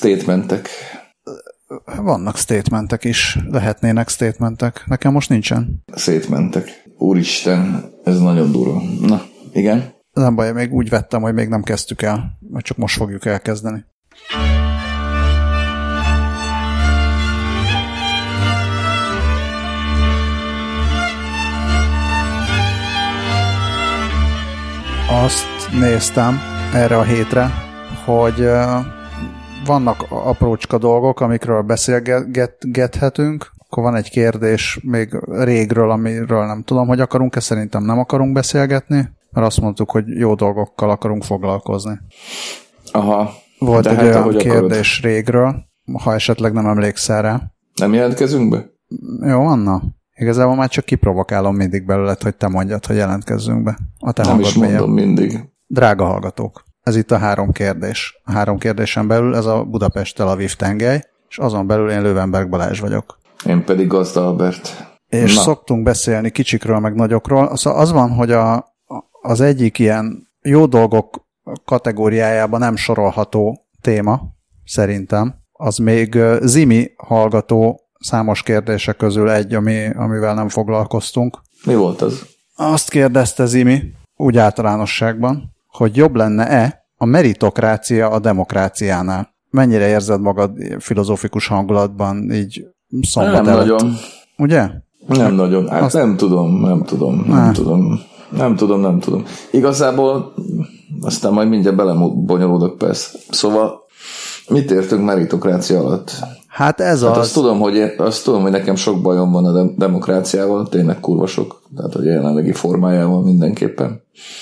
Statementek. Vannak statementek is, lehetnének statementek. Nekem most nincsen. Statementek. Úristen, ez nagyon durva. Na, igen. Nem baj, még úgy vettem, hogy még nem kezdtük el, vagy csak most fogjuk elkezdeni. Azt néztem erre a hétre, hogy vannak aprócska dolgok, amikről beszélgethetünk. Akkor van egy kérdés még régről, amiről nem tudom, hogy akarunk-e, szerintem nem akarunk beszélgetni, mert azt mondtuk, hogy jó dolgokkal akarunk foglalkozni. Aha. Volt egy olyan kérdés régről, ha esetleg nem emlékszel rá. Nem jelentkezünk be? Jó, Anna. Igazából már csak kiprovokálom mindig belőled, hogy te mondjad, hogy jelentkezzünk be. Nem is mondom mindig. Drága hallgatók, ez itt a 3 kérdés. A 3 kérdésen belül ez a Budapest-Tel Aviv tengely, és azon belül én Löwenberg Balázs vagyok. Én pedig Gazda Albert. És szoktunk beszélni kicsikről, meg nagyokról. Szóval az van, hogy az egyik ilyen jó dolgok kategóriájában nem sorolható téma, szerintem, az még Zimi hallgató számos kérdése közül egy, amivel nem foglalkoztunk. Mi volt az? Azt kérdezte Zimi, úgy általánosságban, hogy jobb lenne-e a meritokrácia a demokráciánál. Mennyire érzed magad filozófikus hangulatban így szombat nem előtt? Nagyon. Ugye? Nem nagyon. Hát azt... nem tudom. Igazából aztán majd mindjárt belebonyolódok persze. Szóval mit értünk meritokrácia alatt? Hát ez az. Azt tudom, hogy nekem sok bajom van a demokráciával, tényleg kurva sok, tehát a jelenlegi formájával mindenképpen.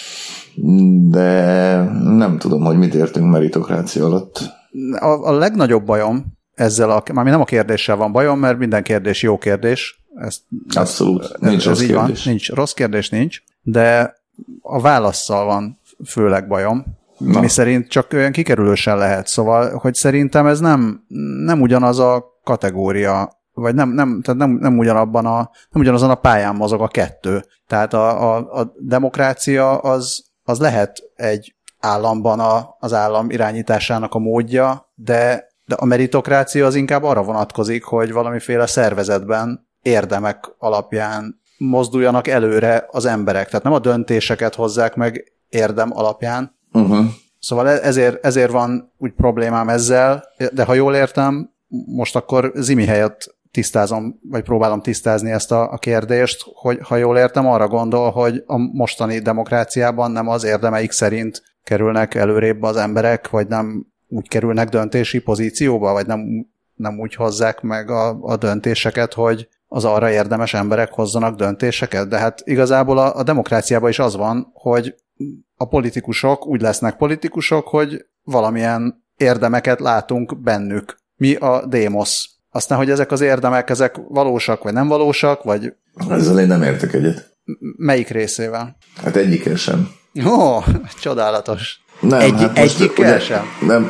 De nem tudom, hogy mit értünk meritokrácia alatt. A legnagyobb bajom ezzel, már nem a kérdéssel van bajom, mert minden kérdés jó kérdés. Abszolút, nincs rossz kérdés. Rossz kérdés nincs, de a válasszal van főleg bajom. Mi szerint csak olyan kikerülősen lehet. Szóval, hogy szerintem ez nem ugyanaz a kategória, vagy nem ugyanazon a pályán mozog a kettő. Tehát a demokrácia az lehet egy államban az állam irányításának a módja, de a meritokrácia az inkább arra vonatkozik, hogy valamiféle szervezetben érdemek alapján mozduljanak előre az emberek. Tehát nem a döntéseket hozzák meg érdem alapján. Uh-huh. Szóval ezért van úgy problémám ezzel, de ha jól értem, most akkor Zimi helyett tisztázom, vagy próbálom tisztázni ezt a kérdést, hogy ha jól értem, arra gondol, hogy a mostani demokráciában nem az érdemeik szerint kerülnek előrébb az emberek, vagy nem úgy kerülnek döntési pozícióba, vagy nem úgy hozzák meg a döntéseket, hogy az arra érdemes emberek hozzanak döntéseket. De hát igazából a demokráciában is az van, hogy a politikusok úgy lesznek politikusok, hogy valamilyen érdemeket látunk bennük. Mi a démosz. Aztán, hogy ezek az érdemek, ezek valósak, vagy nem valósak, vagy... Ezzel én nem értek egyet. Melyik részével? Hát egyikkel sem. Ó, csodálatos. Egyikkel sem?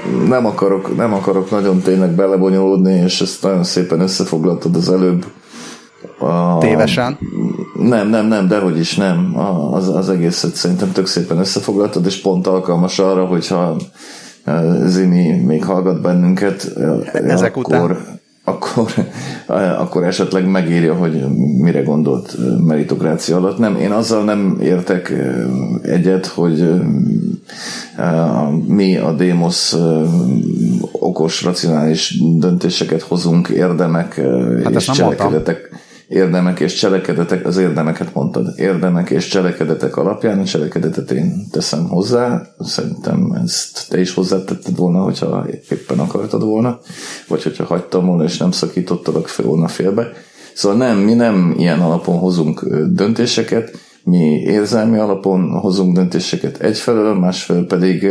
Nem akarok nagyon tényleg belebonyolódni, és ezt nagyon szépen összefoglaltad az előbb. Tévesen? Nem, dehogy is nem. Az egészet szerintem tök szépen összefoglaltad, és pont alkalmas arra, hogyha Zimi még hallgat bennünket, ezek után. Akkor esetleg megírja, hogy mire gondolt meritokrácia alatt. Nem, én azzal nem értek egyet, hogy mi a démosz okos, racionális döntéseket hozunk, érdemek és cselekedetek, az érdemeket mondtad. Érdemek és cselekedetek alapján, a cselekedetet én teszem hozzá. Szerintem ezt te is hozzátetted volna, hogyha éppen akartad volna, vagy hogyha hagytam volna, és nem szakítottalak volna félbe. Szóval mi nem ilyen alapon hozunk döntéseket, mi érzelmi alapon hozunk döntéseket egyfelől, másfelől pedig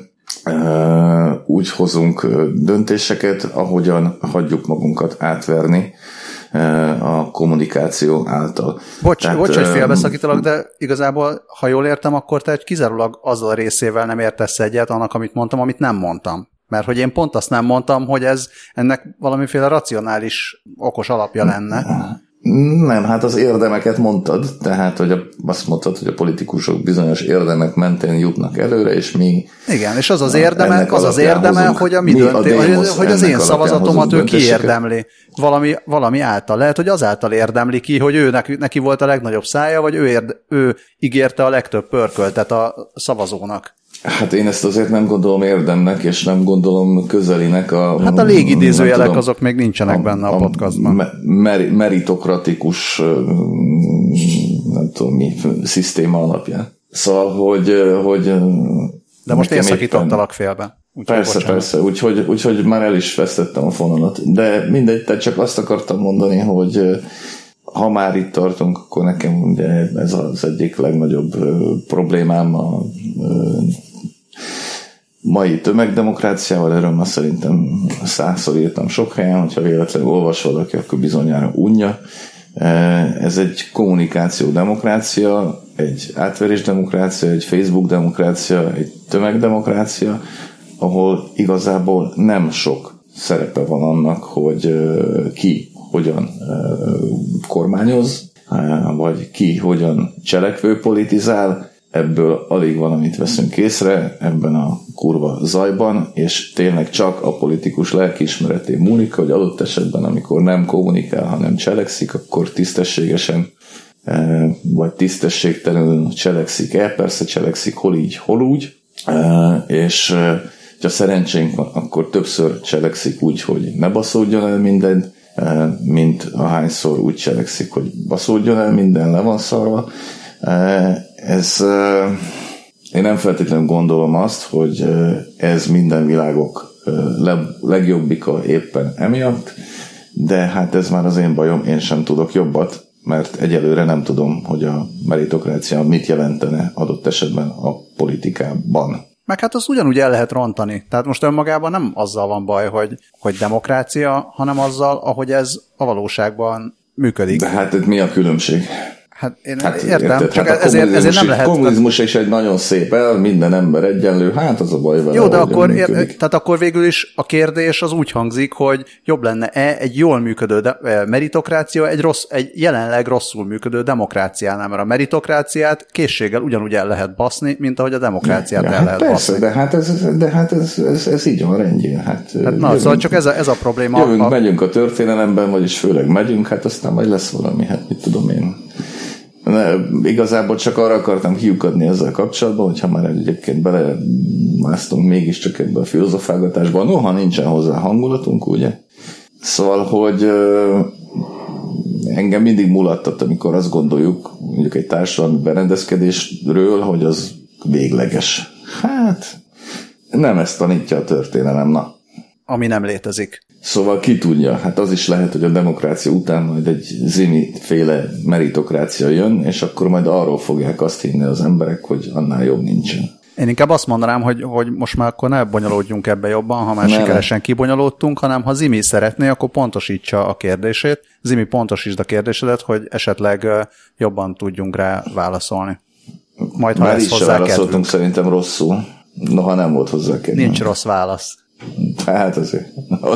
úgy hozunk döntéseket, ahogyan hagyjuk magunkat átverni a kommunikáció által. Bocs, hogy félbeszakítalak, de igazából, ha jól értem, akkor te kizárólag azzal a részével nem értesz egyet annak, amit mondtam, amit nem mondtam. Mert hogy én pont azt nem mondtam, hogy ennek valamiféle racionális, okos alapja lenne. Nem, hát az érdemeket mondtad, tehát hogy azt mondtad, hogy a politikusok bizonyos érdemek mentén jutnak előre, és mi... Igen, és az az érdeme, hogy hogy az én szavazatomat ő kiérdemli. Valami által. Lehet, hogy azáltal érdemli ki, hogy neki volt a legnagyobb szája, vagy ő ígérte a legtöbb pörköltet a szavazónak. Hát én ezt azért nem gondolom érdemnek, és nem gondolom közelinek Hát a légidézőjelek azok még nincsenek benne a podcastban. Meritokratikus nem tudom mi szisztéma alapján. Szóval, hogy de most én szakítottalak félbe. Persze, úgyhogy már el is vesztettem a fonalat. De mindegy, tehát csak azt akartam mondani, hogy ha már itt tartunk, akkor nekem ugye ez az egyik legnagyobb problémám a mai tömegdemokráciával, erről már szerintem 100-szor írtam sok helyen, hogyha véletlenül olvas valaki, akkor bizonyára unja. Ez egy kommunikáció demokrácia, egy átverés demokrácia, egy Facebook demokrácia, egy tömegdemokrácia, ahol igazából nem sok szerepe van annak, hogy ki hogyan kormányoz, vagy ki hogyan cselekvő politizál. Ebből alig valamit veszünk észre ebben a kurva zajban, és tényleg csak a politikus lelkiismeretén múlik, hogy adott esetben, amikor nem kommunikál, hanem cselekszik, akkor tisztességesen vagy tisztességtelenül cselekszik el, persze cselekszik hol így, hol úgy, és ha szerencsénk van, akkor többször cselekszik úgy, hogy ne baszódjon el minden, mint ahányszor úgy cselekszik, hogy baszódjon el minden, le van szarva. Én nem feltétlenül gondolom azt, hogy ez minden világok legjobbika éppen emiatt, de hát ez már az én bajom, én sem tudok jobbat, mert egyelőre nem tudom, hogy a meritokrácia mit jelentene adott esetben a politikában. Meg hát azt ugyanúgy el lehet rontani. Tehát most önmagában nem azzal van baj, hogy demokrácia, hanem azzal, ahogy ez a valóságban működik. De hát mi a különbség? Hát én értem, csak hát ezért nem lehet... Kommunizmus is egy nagyon szép el, minden ember egyenlő, hát az a baj vele. Jó, de tehát akkor végül is a kérdés az úgy hangzik, hogy jobb lenne-e egy jól működő meritokrácia egy jelenleg rosszul működő demokráciánál, mert a meritokráciát készséggel ugyanúgy el lehet baszni, mint ahogy a demokráciát el lehet persze, baszni. de hát ez így van rendjén. Hát szóval csak ez a probléma. Megyünk a történelemben, vagyis főleg megyünk, hát aztán majd lesz valami, hát mit tudom én. Igazából csak arra akartam kiukadni ezzel kapcsolatban, hogyha már egyébként belemásztunk mégiscsak ebbe a filozofálgatásba, noha nincsen hozzá hangulatunk, ugye? Szóval, hogy engem mindig mulattat, amikor azt gondoljuk, mondjuk egy társadalmi berendezkedésről, hogy az végleges. Hát, nem ezt tanítja a történelem, na. Ami nem létezik. Szóval ki tudja, hát az is lehet, hogy a demokrácia után majd egy Zimi-féle meritokrácia jön, és akkor majd arról fogják azt hinni az emberek, hogy annál jobb nincsen. Én inkább azt mondanám, hogy most már akkor ne bonyolódjunk ebbe jobban, ha már sikeresen kibonyolódtunk, hanem ha Zimi szeretné, akkor pontosítsa a kérdését. Zimi, pontosítsd a kérdésedet, hogy esetleg jobban tudjunk rá válaszolni. Majd, ha már ezt is válaszoltunk szerintem rosszul, noha nem volt hozzá kedvem. Nincs rossz válasz. Tehát azért.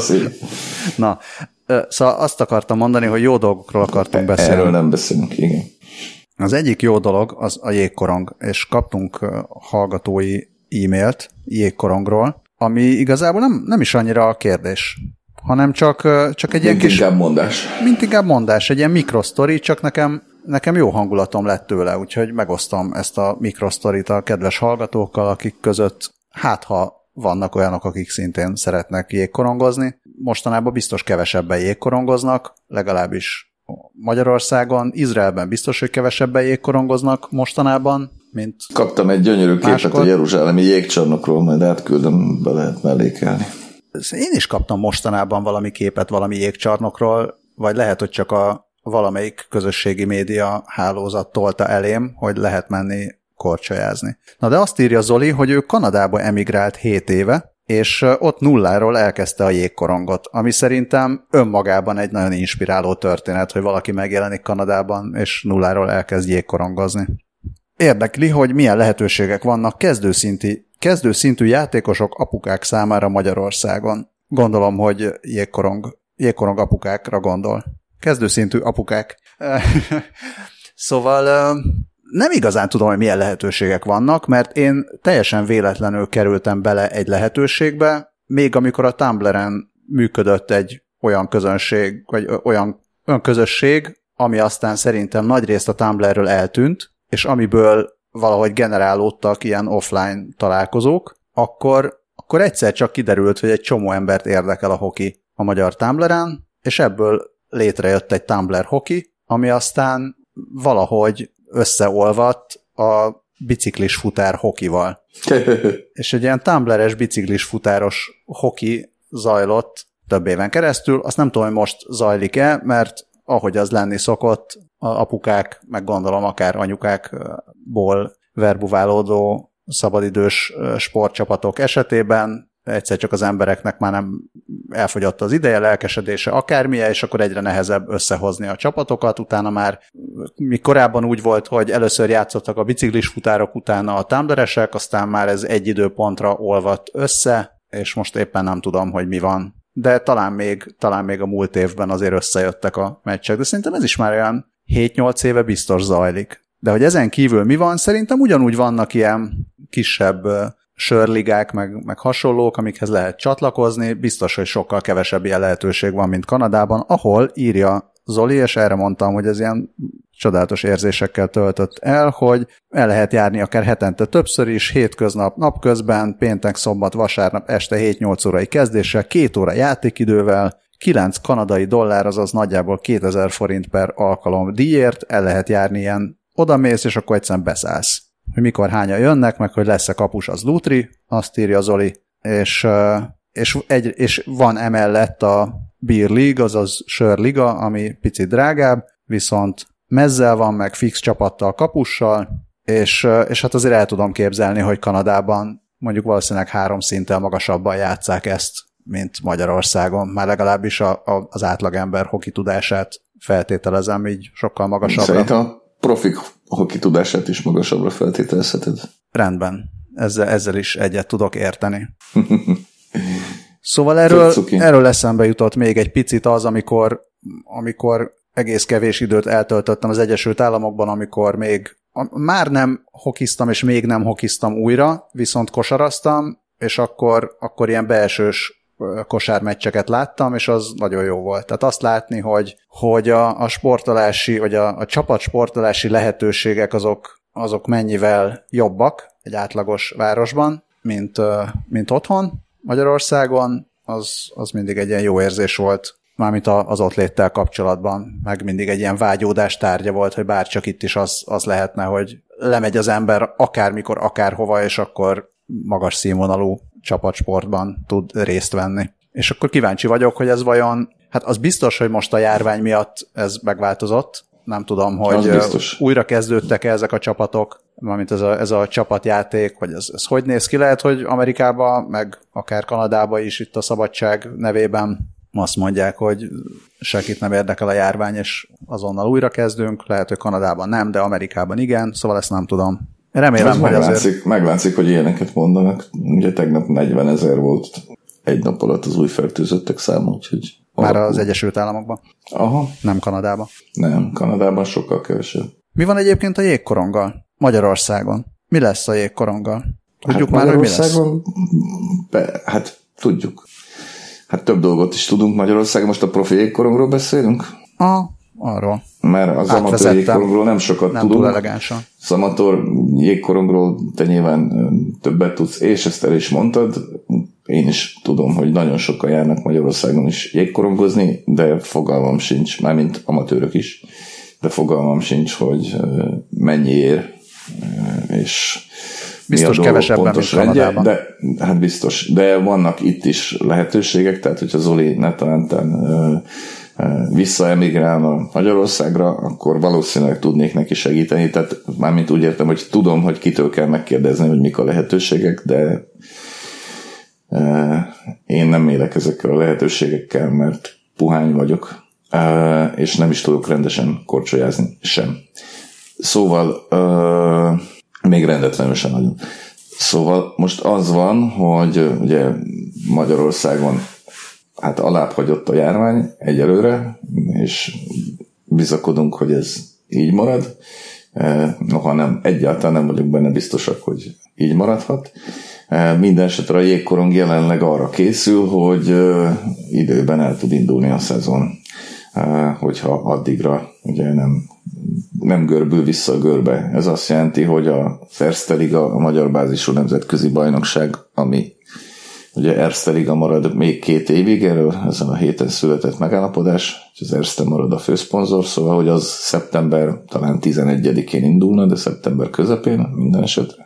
Na, szóval azt akartam mondani, hogy jó dolgokról akartunk beszélni. Erről nem beszélünk, igen. Az egyik jó dolog az a jégkorong, és kaptunk hallgatói e-mailt jégkorongról, ami igazából nem is annyira a kérdés, hanem csak egy ilyen kis... Mint inkább mondás, egy ilyen mikrosztori, csak nekem jó hangulatom lett tőle, úgyhogy megosztom ezt a mikrosztorit a kedves hallgatókkal, akik között ha vannak olyanok, akik szintén szeretnek jégkorongozni. Mostanában biztos kevesebben jégkorongoznak, legalábbis Magyarországon. Izraelben biztos, hogy kevesebben jégkorongoznak mostanában, mint kaptam egy gyönyörű képet a jeruzsálemi jégcsarnokról, majd átküldöm, be lehet mellékelni. Én is kaptam mostanában valami képet valami jégcsarnokról, vagy lehet, hogy csak a valamelyik közösségi média hálózat tolta elém, hogy lehet menni korcsolyázni. Na de azt írja Zoli, hogy ő Kanadába emigrált 7 éve, és ott nulláról elkezdte a jégkorongot, ami szerintem önmagában egy nagyon inspiráló történet, hogy valaki megjelenik Kanadában, és nulláról elkezd jégkorongozni. Érdekli, hogy milyen lehetőségek vannak kezdőszintű játékosok apukák számára Magyarországon. Gondolom, hogy jégkorong apukákra gondol. kezdőszintű apukák. Szóval nem igazán tudom, hogy milyen lehetőségek vannak, mert én teljesen véletlenül kerültem bele egy lehetőségbe, még amikor a Tumblr-en működött egy olyan közönség, vagy olyan közösség, ami aztán szerintem nagyrészt a Tumblr-ről eltűnt, és amiből valahogy generálódtak ilyen offline találkozók, akkor egyszer csak kiderült, hogy egy csomó embert érdekel a hoki a magyar Tumblr-en, és ebből létrejött egy Tumblr hoki, ami aztán valahogy összeolvadt a biciklis futár hokival. És egy ilyen Tumblr-es biciklis futáros hoki zajlott több éven keresztül, azt nem tudom, hogy most zajlik-e, mert ahogy az lenni szokott, a apukák, meg gondolom akár anyukákból verbuválódó szabadidős sportcsapatok esetében egyszer csak az embereknek már nem elfogyott az ideje, lelkesedése akármilyen, és akkor egyre nehezebb összehozni a csapatokat, utána már mi korábban úgy volt, hogy először játszottak a biciklis futárok, utána a Tumblr-esek, aztán már ez egy időpontra olvadt össze, és most éppen nem tudom, hogy mi van. De talán még a múlt évben azért összejöttek a meccsek, de szerintem ez is már olyan 7-8 éve biztos zajlik. De hogy ezen kívül mi van, szerintem ugyanúgy vannak ilyen kisebb sörligák, meg hasonlók, amikhez lehet csatlakozni, biztos, hogy sokkal kevesebb ilyen lehetőség van, mint Kanadában, ahol írja Zoli, és erre mondtam, hogy ez ilyen csodálatos érzésekkel töltött el, hogy el lehet járni akár hetente többször is, hétköznap, napközben, péntek, szombat, vasárnap este 7-8 órai kezdéssel, 2 óra játékidővel, 9 kanadai dollár, azaz nagyjából 2000 forint per alkalom díjért, el lehet járni ilyen, odamész, és akkor egyszerűen beszállsz. Hogy mikor hányan jönnek, meg hogy lesz-e kapus, az lútri, azt írja Zoli, és van emellett a Beer League, azaz sörliga, ami picit drágább, viszont mezzel van, meg fix csapattal, kapussal, és hát azért el tudom képzelni, hogy Kanadában mondjuk valószínűleg 3 szinttel magasabban játsszák ezt, mint Magyarországon. Már legalábbis az átlagember hoki tudását feltételezem, így sokkal magasabbra. Szerintem a profik hoki tudását is magasabbra feltételezheted. Rendben. Ezzel is egyet tudok érteni. Szóval erről eszembe jutott még egy picit az, amikor egész kevés időt eltöltöttem az Egyesült Államokban, amikor még már nem hokiztam, és még nem hokiztam újra, viszont kosaraztam, és akkor ilyen beesős kosármeccseket láttam, és az nagyon jó volt. Tehát azt látni, hogy a sportolási, vagy a csapatsportolási lehetőségek azok mennyivel jobbak egy átlagos városban, mint otthon Magyarországon, az mindig egy ilyen jó érzés volt, mármint az ott léttel kapcsolatban, meg mindig egy ilyen vágyódás tárgya volt, hogy bárcsak itt is az lehetne, hogy lemegy az ember akármikor, akárhova, és akkor magas színvonalú csapatsportban tud részt venni. És akkor kíváncsi vagyok, hogy ez vajon, hát az biztos, hogy most a járvány miatt ez megváltozott, nem tudom, hogy újra kezdődtek-e ezek a csapatok, mármint ez a csapatjáték, hogy ez hogy néz ki. Lehet, hogy Amerikában, meg akár Kanadában is itt a szabadság nevében azt mondják, hogy senkit nem érdekel a járvány, és azonnal újra kezdünk. Lehet, hogy Kanadában nem, de Amerikában igen, szóval ezt nem tudom. Remélem, hogy azért... Meglátszik, hogy ilyeneket mondanak. Ugye tegnap 40 000 volt egy nap alatt az új fertőzöttek száma, úgyhogy... Már az Egyesült Államokban? Aha. Nem Kanadában? Nem, Kanadában sokkal kevesebb. Mi van egyébként a jégkoronggal Magyarországon? Mi lesz a jégkoronggal? Tudjuk már, hogy mi lesz? Hát tudjuk. Hát több dolgot is tudunk Magyarországon. Most a profi jégkorongról beszélünk? Arról. Mert az amatőr jégkorongról nem sokat nem tudunk. Túl elegánsan. Az amatőr jégkorongról te nyilván többet tudsz, és ezt el is mondtad. Én is tudom, hogy nagyon sokan járnak Magyarországon is jégkorongozni, de fogalmam sincs, mármint amatőrök is, de fogalmam sincs, hogy mennyi ér, és biztos kevesebben, mint Kanadában. De, hát biztos, de vannak itt is lehetőségek, tehát hogyha Zoli netán visszaemigrálna Magyarországra, akkor valószínűleg tudnék neki segíteni, tehát mármint úgy értem, hogy tudom, hogy kitől kell megkérdezni, hogy mik a lehetőségek, de én nem élek ezekkel a lehetőségekkel, mert puhány vagyok, és nem is tudok rendesen korcsolyázni sem. Szóval még rendetlenül sem nagyon. Szóval most az van, hogy ugye Magyarországon hát alább hagyott a járvány egyelőre, és bizakodunk, hogy ez így marad. Noha nem, egyáltalán nem vagyok benne biztosak, hogy így maradhat. Minden esetre a jégkorong jelenleg arra készül, hogy időben el tud indulni a szezon, hogyha addigra ugye nem görbül vissza a görbe. Ez azt jelenti, hogy a Erste Liga, a magyar bázisú nemzetközi bajnokság, ami ugye Erste Liga marad még 2 évig, erről ezen a héten született megállapodás, és az Erste marad a főszponzor, szóval, hogy az szeptember talán 11-én indulna, de szeptember közepén minden esetre.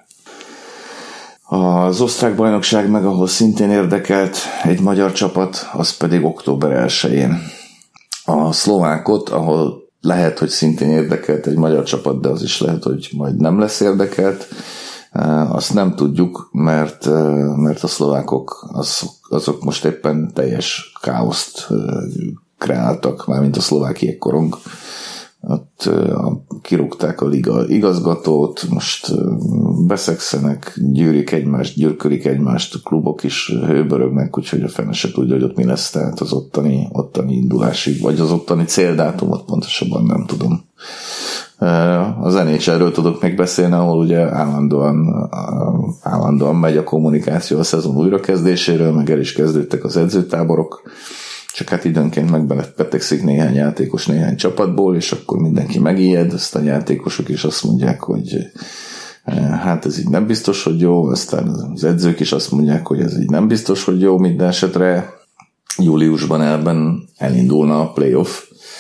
Az osztrák bajnokság meg, ahol szintén érdekelt egy magyar csapat, az pedig október 1-én. A szlovákot, ahol lehet, hogy szintén érdekelt egy magyar csapat, de az is lehet, hogy majd nem lesz érdekelt, azt nem tudjuk, mert a szlovákok azok most éppen teljes káoszt kreáltak, mármint a szlovák jégkorong. Ott kirúgták a liga igazgatót, most beszekszenek, gyűrkölik egymást, a klubok is hőbörögnek, úgyhogy a fene se tudja, hogy ott mi lesz, tehát az ottani indulásig, vagy az ottani céldátumot pontosabban nem tudom. Az NHL-ről tudok még beszélni, ahol ugye állandóan megy a kommunikáció a szezon újrakezdéséről, meg el is kezdődtek az edzőtáborok, csak hát időnként megbetegszik néhány játékos néhány csapatból, és akkor mindenki megijed, aztán a játékosok is azt mondják, hogy hát ez így nem biztos, hogy jó, aztán az edzők is azt mondják, hogy ez így nem biztos, hogy jó, minden esetre júliusban elindulna a playoff,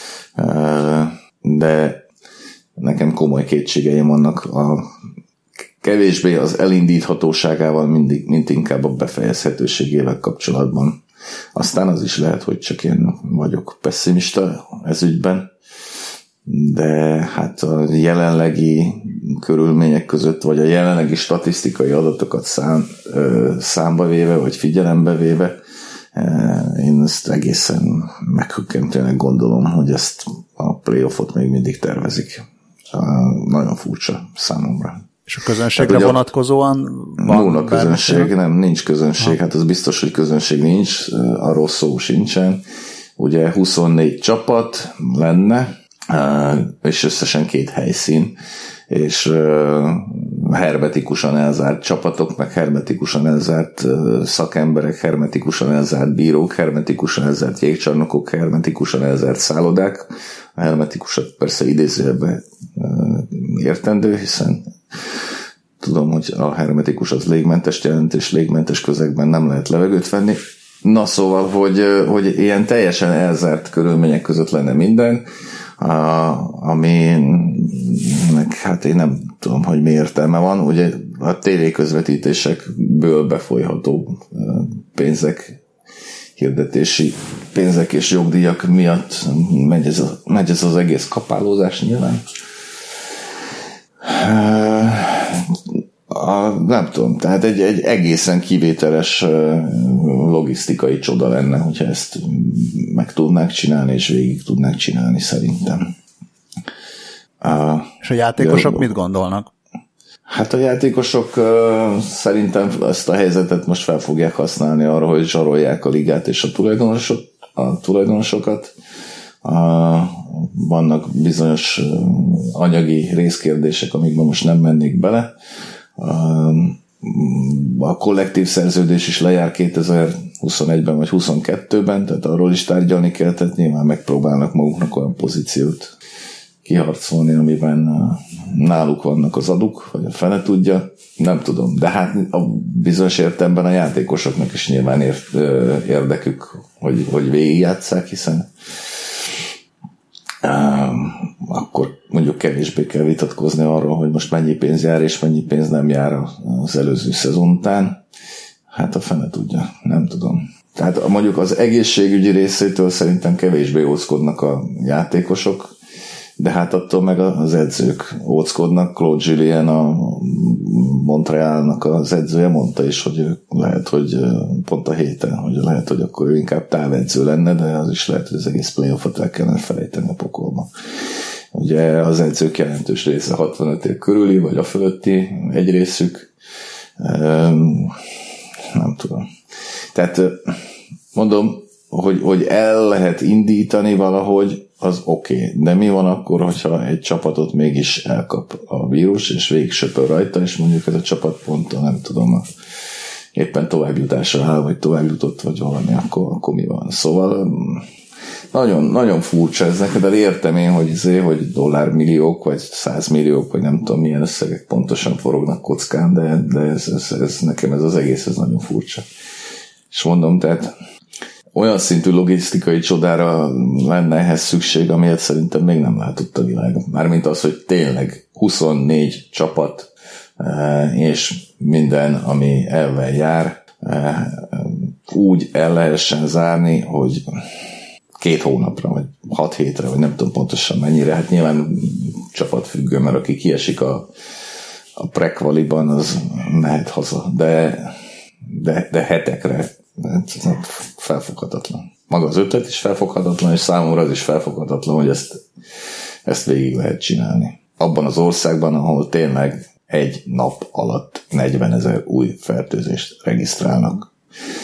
de nekem komoly kétségeim vannak a kevésbé az elindíthatóságával, mint inkább a befejezhetőségével kapcsolatban. Aztán az is lehet, hogy csak én vagyok pessimista ez ügyben, de hát a jelenlegi körülmények között, vagy a jelenlegi statisztikai adatokat számba véve, vagy figyelembe véve, én ezt egészen meghökkentően gondolom, hogy ezt a playoffot még mindig tervezik. Nagyon furcsa számomra. És a közönségre hát, vonatkozóan van? Nulla közönség, nincs közönség. Hát az biztos, hogy közönség nincs, arról szó sincsen. Ugye 24 csapat lenne, és összesen 2 helyszín, és hermetikusan elzárt csapatok, meg hermetikusan elzárt szakemberek, hermetikusan elzárt bírók, hermetikusan elzárt jégcsarnokok, hermetikusan elzárt szállodák. A hermetikusat persze idézőjelben értendő, hiszen tudom, hogy a hermetikus az légmentes jelent, és légmentes közegben nem lehet levegőt venni. Na szóval, hogy ilyen teljesen elzárt körülmények között lenne minden, aminek hát én nem tudom, hogy mi értelme van. Ugye a tévéközvetítésekből befolyható pénzek, hirdetési pénzek és jogdíjak miatt megy ez az egész kapálózás nyilván. Nem tudom, tehát egy egészen kivételes logisztikai csoda lenne, hogyha ezt meg tudnák csinálni, és végig tudnák csinálni szerintem. És a játékosok mit gondolnak? Hát a játékosok szerintem ezt a helyzetet most fel fogják használni arra, hogy zsarolják a ligát és a tulajdonosokat. Vannak bizonyos anyagi részkérdések, amikben most nem mennék bele. A kollektív szerződés is lejár 2021-ben vagy 2022-ben, tehát arról is tárgyalni kell, tehát nyilván megpróbálnak maguknak olyan pozíciót kiharcolni, amiben náluk vannak az aduk, vagy a fene tudja, nem tudom. De hát a bizonyos értelemben a játékosoknak is nyilván érdekük, hogy végigjátsszák, hiszen akkor mondjuk kevésbé kell vitatkozni arról, hogy most mennyi pénz jár, és mennyi pénz nem jár az előző szezon után. Hát a fene tudja, nem tudom. Tehát mondjuk az egészségügyi részétől szerintem kevésbé óckodnak a játékosok, de hát attól meg az edzők óckodnak. Claude Julien, a Montrealnak az edzője mondta is, hogy lehet, hogy pont a héten, hogy lehet, hogy akkor ő inkább távedző lenne, de az is lehet, hogy az egész playoffot el kellene felejteni a pokolba. Ugye az edzők jelentős része 65 év körüli, vagy a fölötti egy részük. Nem tudom. Tehát mondom, hogy el lehet indítani valahogy az oké. De mi van akkor, hogyha egy csapatot mégis elkap a vírus, és végig söpör rajta, és mondjuk ez a csapat pont, nem tudom, éppen továbbjutásra áll, vagy tovább jutott, vagy valami, akkor mi van? Szóval nagyon, nagyon furcsa ez neked, de értem én, hogy dollármilliók, vagy 100 milliók, vagy nem tudom milyen összegek pontosan forognak kockán, de ez nekem ez az egész, ez nagyon furcsa. És mondom, tehát olyan szintű logisztikai csodára lenne ehhez szükség, amilyet szerintem még nem látott a világ. Mármint az, hogy tényleg 24 csapat, és minden, ami elvel jár, úgy el lehessen zárni, hogy 2 hónapra, vagy 6 hétre, vagy nem tudom pontosan mennyire. Hát nyilván csapatfüggő, mert aki kiesik a pre-qualiban, az mehet haza. De hetekre felfoghatatlan. Maga az ötlet is felfoghatatlan, és számomra az is felfoghatatlan, hogy ezt végig lehet csinálni. Abban az országban, ahol tényleg egy nap alatt 40 000 új fertőzést regisztrálnak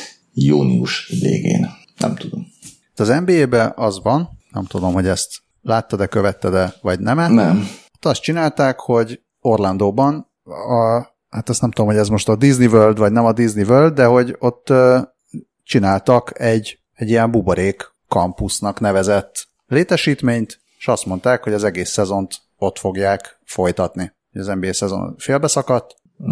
június végén. Nem tudom. Az NBA-ben az van, nem tudom, hogy ezt láttad-e, követted-e, vagy nem. Nem. Azt csinálták, hogy Orlandóban, hát azt nem tudom, hogy ez most a Disney World, vagy nem a Disney World, de hogy ott csináltak egy ilyen buborék kampusznak nevezett létesítményt, és azt mondták, hogy az egész szezont ott fogják folytatni. Az NBA szezon félbeszakadt,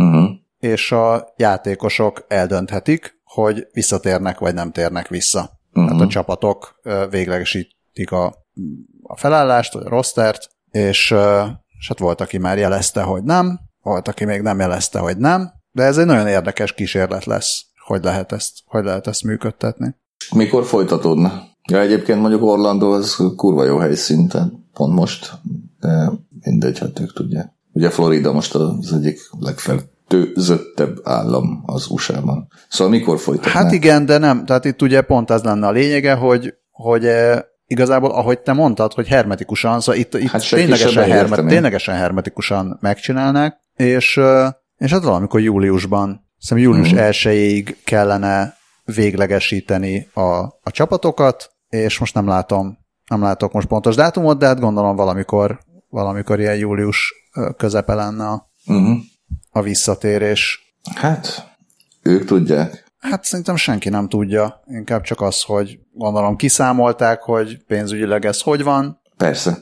és a játékosok eldönthetik, hogy visszatérnek, vagy nem térnek vissza. Hát a csapatok véglegesítik a felállást, vagy a rostert, és hát volt, aki már jelezte, hogy nem, volt, aki még nem jelezte, hogy nem, de ez egy nagyon érdekes kísérlet lesz, hogy lehet ezt működtetni. Mikor folytatódna? Ja, egyébként mondjuk Orlando az kurva jó helyszín, tehát pont most, de mindegy, hát ők tudják. Ugye Florida most az egyik legfertőzöttebb állam az USA-ban. Szóval mikor folytatná? Hát igen, de nem. Tehát itt ugye pont ez lenne a lényege, hogy igazából, ahogy te mondtad, hogy hermetikusan, szóval itt hát ténylegesen hermetikusan megcsinálnák, és hát valamikor júliusban, szerintem július 1-ig kellene véglegesíteni a csapatokat, és most nem látok most pontos dátumot, de hát gondolom valamikor ilyen július közepe lenne a visszatérés. Hát, ők tudják. Hát szerintem senki nem tudja. Inkább csak az, hogy gondolom kiszámolták, hogy pénzügyileg ez hogy van. Persze.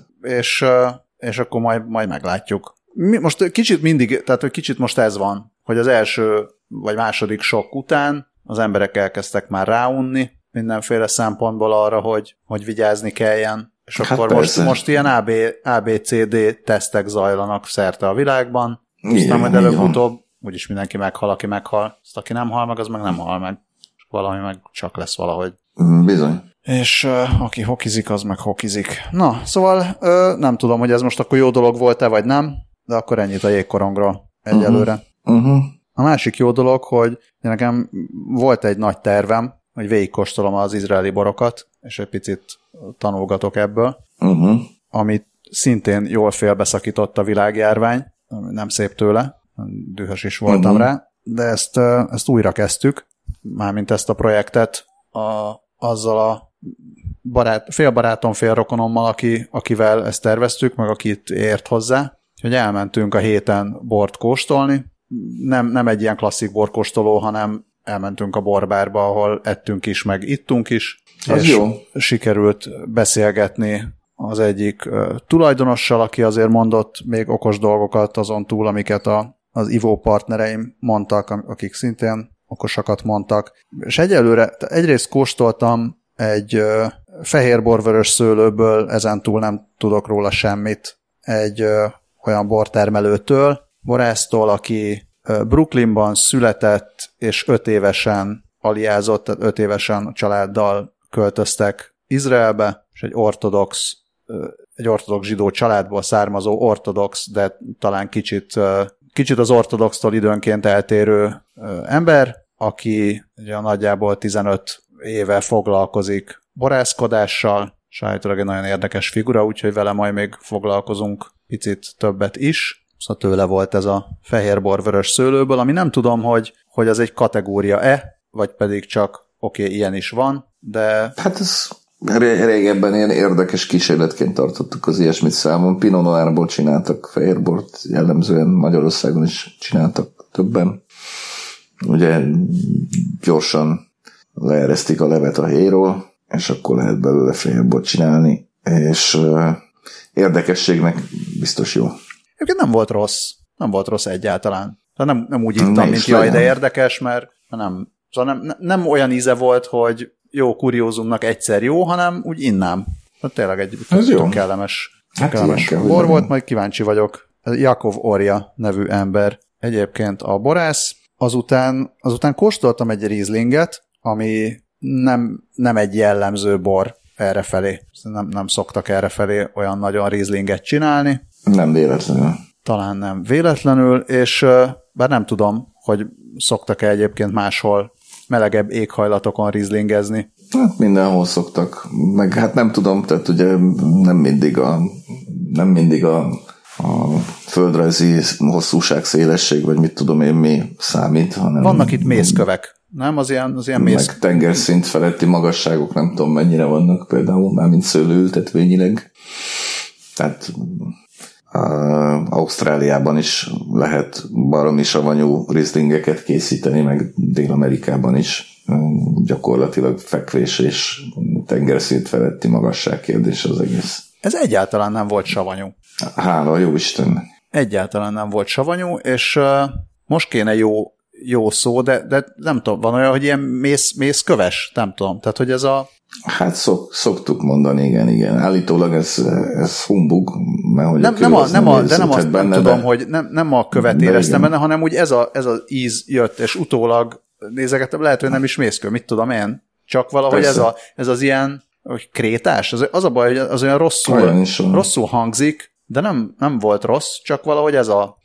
És akkor majd meglátjuk. Most kicsit most ez van, hogy az első vagy második sok után az emberek elkezdtek már ráunni mindenféle szempontból arra, hogy vigyázni kelljen. És hát akkor most ilyen ABCD tesztek zajlanak szerte a világban. Aztán majd előbb-utóbb úgyis mindenki meghal, aki meghal. Azt, aki nem hal meg, az meg nem hal meg. És valami meg csak lesz valahogy. Bizony. És aki hokizik, az meg hokizik. Na, szóval nem tudom, hogy ez most akkor jó dolog volt-e, vagy nem, de akkor ennyit a jégkorongról egyelőre. A másik jó dolog, hogy nekem volt egy nagy tervem, hogy végigkóstolom az izraeli borokat, és egy picit tanulgatok ebből, amit szintén jól félbeszakított a világjárvány, nem szép tőle, dühös is voltam rá, de ezt újra kezdtük, mármint ezt a projektet azzal a félbarátom, félrokonommal, akivel ezt terveztük, meg akit ért hozzá, hogy elmentünk a héten bort kóstolni, nem egy ilyen klasszik borkóstoló, hanem elmentünk a borbárba, ahol ettünk is, meg ittunk is, és jó. Sikerült beszélgetni az egyik tulajdonossal, aki azért mondott még okos dolgokat azon túl, amiket az ivó partnereim mondtak, akik szintén okosakat mondtak. És egyelőre egyrészt kóstoltam egy fehérborvörös szőlőből, ezen túl nem tudok róla semmit, egy olyan bortermelőtől, borásztól, aki Brooklynban született, és 5 évesen aliázott, tehát 5 évesen a családdal költöztek Izraelbe, és egy ortodox zsidó családból származó ortodox, de talán kicsit az ortodoxtól időnként eltérő ember, aki ugye nagyjából 15 éve foglalkozik borászkodással, sajátlag egy nagyon érdekes figura, úgyhogy vele majd még foglalkozunk picit többet is. Szóval tőle volt ez a fehérborvörös szőlőből, ami nem tudom, hogy az egy kategória-e, vagy pedig csak ilyen is van, de... Hát ez Régebben ilyen érdekes kísérletként tartottuk az ilyesmit számon. Pinot Noirból csináltak fehérbort, jellemzően Magyarországon is csináltak többen. Ugye gyorsan leeresztik a levet a héjról, és akkor lehet belőle fehérbort csinálni, és érdekességnek biztos jó. Egyébként nem volt rossz egyáltalán. Nem úgy ittam, mint jaj, de érdekes, mert nem olyan íze volt, hogy jó kuriózumnak egyszer jó, hanem úgy innám. Tényleg egy kellemes bor volt, majd kíváncsi vagyok. Jakov Orja nevű ember egyébként a borász. Azután kóstoltam egy Rieslinget, ami nem egy jellemző bor errefelé. Nem szoktak errefelé olyan nagyon Rieslinget csinálni. Nem véletlenül. Talán nem véletlenül, és bár nem tudom, hogy szoktak-e egyébként máshol melegebb éghajlatokon rizlingezni. Hát mindenhol szoktak, meg hát nem tudom, tehát ugye nem mindig a földrajzi hosszúság, szélesség, vagy mit tudom én mi számít, hanem... Vannak itt mészkövek, nem? Az ilyen mész... Meg tengerszint feletti magasságok, nem tudom mennyire vannak például, mármint szőlőültetvényileg. Tehát Ausztráliában is lehet baromi savanyú rizlingeket készíteni, meg Dél-Amerikában is. Gyakorlatilag fekvés és tengerszint feletti magasság kérdés az egész. Ez egyáltalán nem volt savanyú. Hála jó Istennek. Egyáltalán nem volt savanyú, és most kéne jó szó, de nem tudom, van olyan, hogy ilyen mészköves? Nem tudom. Tehát, hogy ez a... Hát szoktuk mondani, igen. Állítólag ez humbug, mert hogy nem tudom, hogy nem a követ éreztem benne, hanem úgy ez az íz jött, és utólag nézegettem, lehet, hogy nem is mészkő, mit tudom én. Csak valahogy ez az ilyen hogy krétás, az a baj, hogy az olyan rosszul hangzik, de nem volt rossz, csak valahogy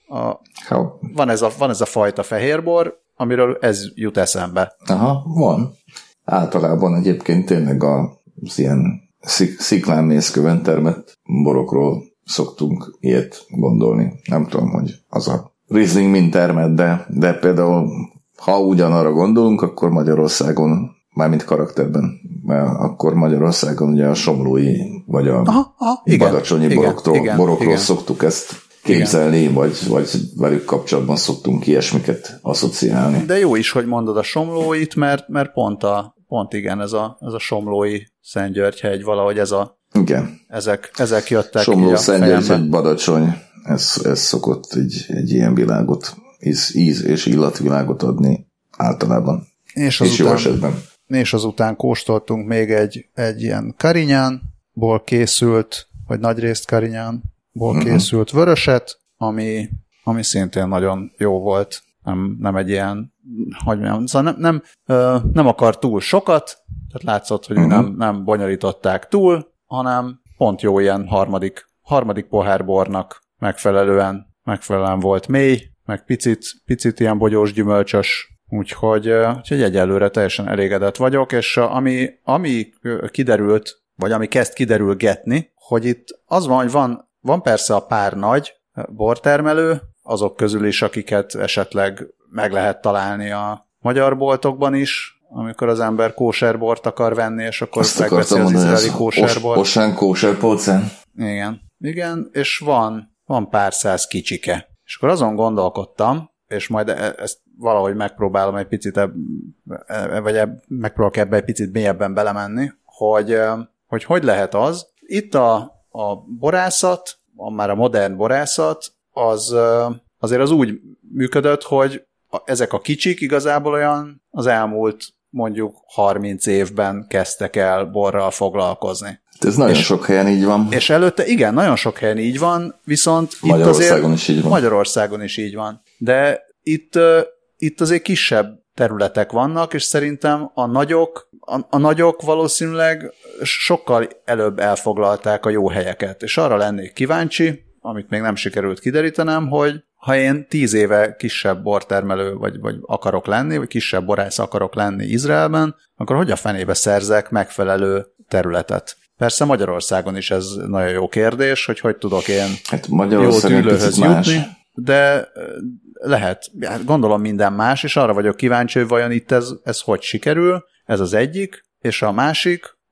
van ez a fajta fehérbor, amiről ez jut eszembe. Aha, van. Általában egyébként tényleg az ilyen sziklán mészköven termett borokról szoktunk ilyet gondolni. Nem tudom, hogy az a Riesling mind termett, de például ha ugyanarra gondolunk, akkor Magyarországon, mármint karakterben, akkor Magyarországon ugye a somlói, vagy a badacsonyi borokról szoktuk ezt képzelni, vagy velük kapcsolatban szoktunk ilyesmiket asszociálni. De jó is, hogy mondod a somlóit, mert pont igen, ez a somlói Szentgyörgyhegy, valahogy igen. Ezek jöttek Somló, Szentgyörgyhegy, Badacsony, ez szokott egy ilyen világot, íz és illatvilágot adni általában. És jó esetben. És azután kóstoltunk még egy ilyen Carignánból készült, vagy nagyrészt Carignánból készült vöröset, ami szintén nagyon jó volt. Nem egy ilyen, hogy mondjam, szóval nem akar túl sokat, tehát látszott, hogy nem bonyolították túl, hanem pont jó ilyen harmadik pohárbornak megfelelően volt mély, meg picit ilyen bogyós gyümölcsös, úgyhogy egyelőre teljesen elégedett vagyok, és ami kiderült, vagy ami kezd kiderülgetni, hogy itt az van, hogy van persze a pár nagy bortermelő, azok közül is, akiket esetleg meg lehet találni a magyar boltokban is, amikor az ember kóserbort akar venni, és akkor megveszi az izraeli kóserbort. Osán kóserpolcán. Igen, és van pár száz kicsike. És akkor azon gondolkodtam, és majd ezt valahogy megpróbálom egy picit, megpróbálok ebbe egy picit mélyebben belemenni, hogy lehet az. Itt a borászat, már a modern borászat, azért az úgy működött, hogy ezek a kicsik igazából olyan az elmúlt mondjuk 30 évben kezdtek el borral foglalkozni. Ez nagyon sok helyen így van. És előtte, igen, nagyon sok helyen így van, viszont Magyarországon is így van. Magyarországon is így van. De itt azért kisebb területek vannak, és szerintem a nagyok valószínűleg sokkal előbb elfoglalták a jó helyeket. És arra lennék kíváncsi, amit még nem sikerült kiderítenem, hogy ha én 10 éve kisebb bortermelő vagy akarok lenni, vagy kisebb borász akarok lenni Izraelben, akkor hogy a fenébe szerzek megfelelő területet? Persze Magyarországon is ez nagyon jó kérdés, hogy tudok én jó tűlőhöz jutni, de lehet, gondolom minden más, és arra vagyok kíváncsi, hogy vajon itt ez hogy sikerül, ez az egyik, és a másik,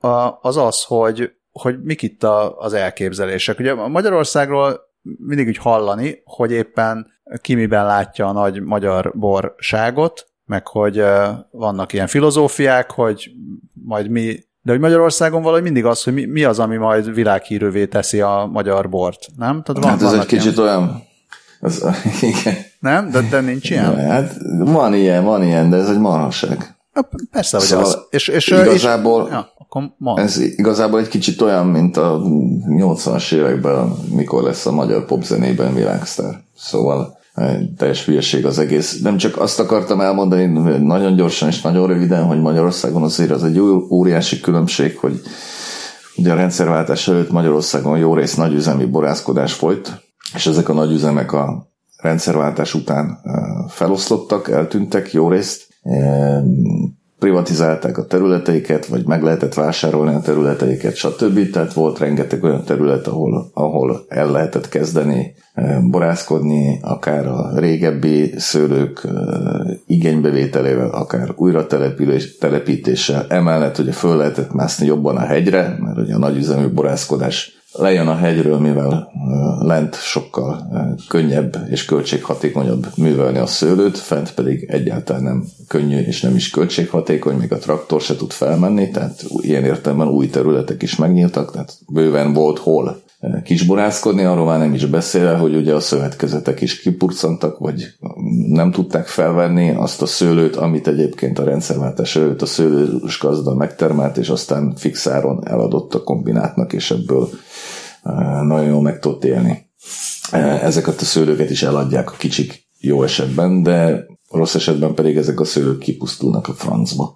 az, hogy mik itt az elképzelések. Ugye Magyarországról mindig úgy hallani, hogy éppen ki miben látja a nagy magyar borságot, meg hogy vannak ilyen filozófiák, hogy majd mi, de hogy Magyarországon valahogy mindig az, hogy mi az, ami majd világhírűvé teszi a magyar bort, nem? Tehát ez egy kicsit olyan... igen. Nem? De nincs ilyen? Ja, hát van ilyen, de ez egy marhaság. Persze, hogy az. És igazából, ez igazából egy kicsit olyan, mint a 80-as években, mikor lesz a magyar popzenében világsztár. Szóval teljes hülyeség az egész. Nem csak azt akartam elmondani nagyon gyorsan és nagyon röviden, hogy Magyarországon azért az egy óriási különbség, hogy ugye a rendszerváltás előtt Magyarországon jó rész nagyüzemi borászkodás folyt, és ezek a nagyüzemek a rendszerváltás után feloszlottak, eltűntek jó részt, privatizálták a területeiket, vagy meg lehetett vásárolni a területeiket, stb. Tehát volt rengeteg olyan terület, ahol el lehetett kezdeni borászkodni, akár a régebbi szőlők igénybevételével, akár újra telepítéssel, emellett ugye föl lehetett mászni jobban a hegyre, mert ugye a nagyüzemű borászkodás lejön a hegyről, mivel lent sokkal könnyebb és költséghatékonyabb művelni a szőlőt, fent pedig egyáltalán nem könnyű és nem is költséghatékony, még a traktor se tud felmenni, tehát ilyen értelemben új területek is megnyíltak, tehát bőven volt hol kisborászkodni, arról már nem is beszélve, hogy ugye a szövetkezetek is kipurcantak, vagy nem tudták felvenni azt a szőlőt, amit egyébként a rendszerváltás előtt a szőlős gazda megtermelt, és aztán fix áron eladott a kombinátnak, és ebből nagyon jól meg tudott élni. Ezeket a szőlőket is eladják a kicsik jó esetben, de rossz esetben pedig ezek a szőlők kipusztulnak a francba.